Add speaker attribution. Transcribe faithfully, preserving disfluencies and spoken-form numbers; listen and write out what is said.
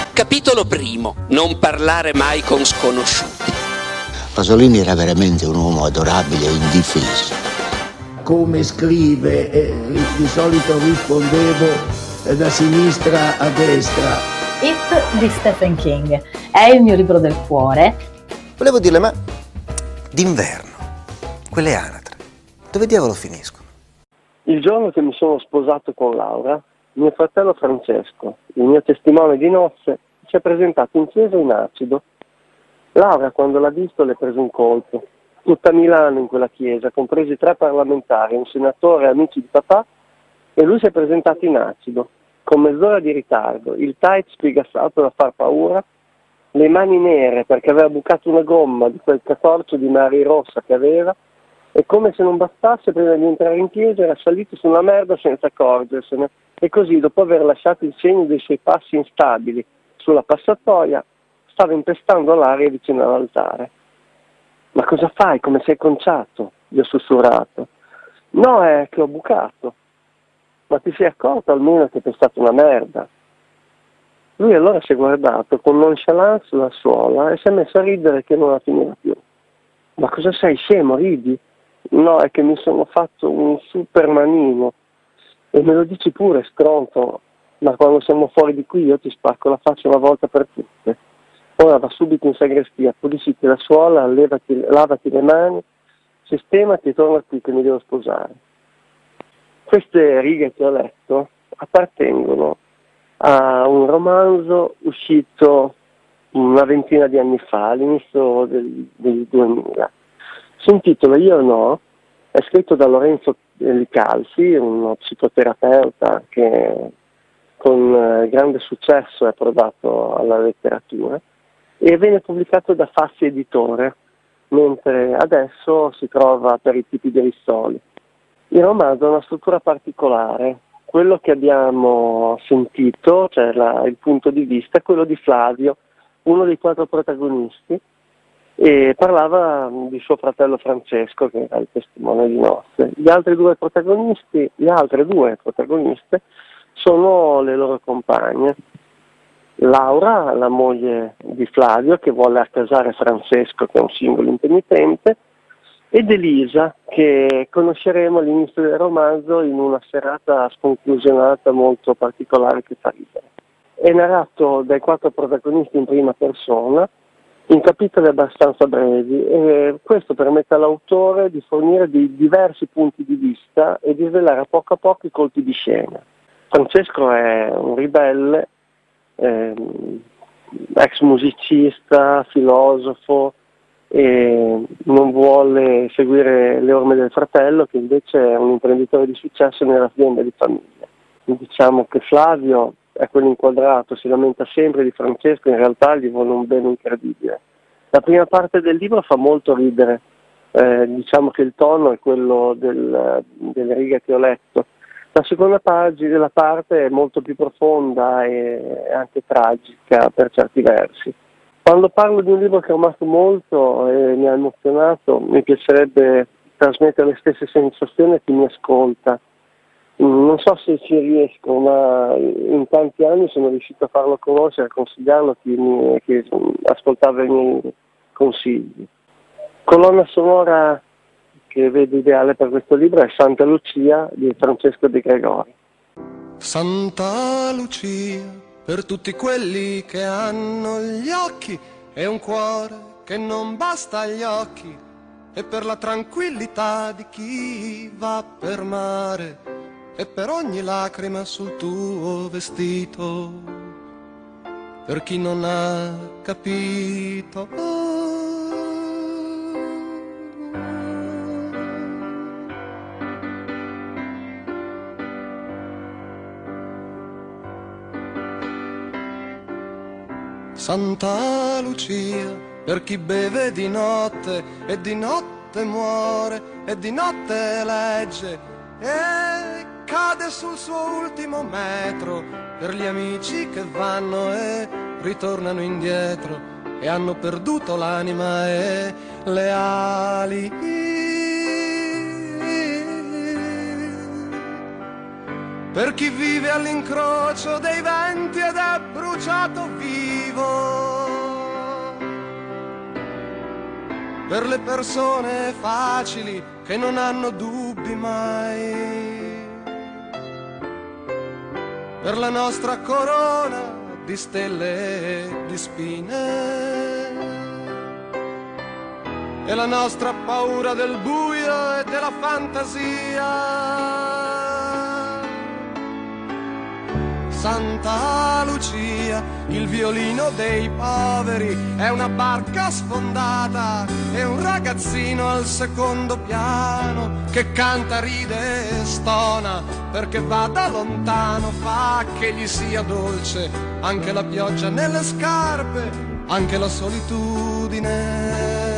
Speaker 1: Capitolo primo. Non parlare mai con sconosciuti.
Speaker 2: Pasolini era veramente un uomo adorabile e indifeso.
Speaker 3: Come scrive, eh, di solito rispondevo eh, da sinistra a destra.
Speaker 4: It di Stephen King è il mio libro del cuore.
Speaker 5: Volevo dirle, ma d'inverno, quelle anatre, dove diavolo finiscono?
Speaker 6: Il giorno che mi sono sposato con Laura, mio fratello Francesco, il mio testimone di nozze, si è presentato in chiesa in acido. Laura, quando l'ha visto, le ha preso un colpo. Tutta Milano in quella chiesa, compresi tre parlamentari, un senatore, amici di papà, e lui si è presentato in acido, con mezz'ora di ritardo, il tight spigassato da far paura, le mani nere perché aveva bucato una gomma di quel catorcio di Mari Rossa che aveva, e come se non bastasse, prima di entrare in chiesa era salito su una merda senza accorgersene, e così, dopo aver lasciato il segno dei suoi passi instabili sulla passatoia, stava impestando l'aria vicino all'altare. «Ma cosa fai? Come sei conciato?» gli ho sussurrato. «No, è che ho bucato». «Ma ti sei accorto almeno che sei stata una merda?» Lui allora si è guardato con nonchalance sulla suola e si è messo a ridere che non la finiva più. «Ma cosa sei, scemo, ridi?» «No, è che mi sono fatto un supermanino». «E me lo dici pure, stronzo, ma quando siamo fuori di qui io ti spacco la faccia una volta per tutte. Ora va subito in sagrestia, pulisci la suola, levati, lavati le mani, sistemati e torna qui che mi devo sposare». Queste righe che ho letto appartengono a un romanzo uscito una ventina di anni fa, all'inizio del, del duemila. Si intitola Io no, è scritto da Lorenzo Licalfi, uno psicoterapeuta che con eh, grande successo è approdato alla letteratura, e venne pubblicato da Fassi Editore, mentre adesso si trova per i tipi di Rissoli. Il romanzo ha una struttura particolare. Quello che abbiamo sentito, cioè la, il punto di vista, è quello di Flavio, uno dei quattro protagonisti, e parlava di suo fratello Francesco, che era il testimone di nozze. Gli altri due protagonisti, le altre due protagoniste sono le loro compagne. Laura, la moglie di Flavio, che vuole accasare Francesco, che è un singolo impenitente, ed Elisa, che conosceremo all'inizio del romanzo in una serata sconclusionata molto particolare che fa ridere. È narrato dai quattro protagonisti in prima persona, in capitoli abbastanza brevi, e questo permette all'autore di fornire dei diversi punti di vista e di svelare a poco a poco i colpi di scena. Francesco è un ribelle, ehm, ex musicista, filosofo, e non vuole seguire le orme del fratello, che invece è un imprenditore di successo nell'azienda di famiglia. Diciamo che Flavio è quello inquadrato, si lamenta sempre di Francesco, in realtà gli vuole un bene incredibile. La prima parte del libro fa molto ridere, eh, diciamo che il tono è quello del, delle righe che ho letto. La seconda pagina della parte è molto più profonda e anche tragica per certi versi. Quando parlo di un libro che ho amato molto e mi ha emozionato, mi piacerebbe trasmettere le stesse sensazioni a chi mi ascolta. Non so se ci riesco, ma in tanti anni sono riuscito a farlo conoscere, a consigliarlo a chi, mi, chi ascoltava i miei consigli. Colonna sonora che vedo ideale per questo libro è Santa Lucia di Francesco De Gregori.
Speaker 7: Santa Lucia, per tutti quelli che hanno gli occhi e un cuore che non basta agli occhi, e per la tranquillità di chi va per mare, e per ogni lacrima sul tuo vestito, per chi non ha capito. Santa Lucia, per chi beve di notte e di notte muore e di notte legge e cade sul suo ultimo metro, per gli amici che vanno e ritornano indietro e hanno perduto l'anima e le ali. Per chi vive all'incrocio dei venti ed è bruciato via vivo. Per le persone facili che non hanno dubbi mai, per la nostra corona di stelle e di spine, e la nostra paura del buio e della fantasia. Santa Lucia, il violino dei poveri, è una barca sfondata, è un ragazzino al secondo piano che canta, ride e stona, perché va da lontano, fa che gli sia dolce anche la pioggia nelle scarpe, anche la solitudine.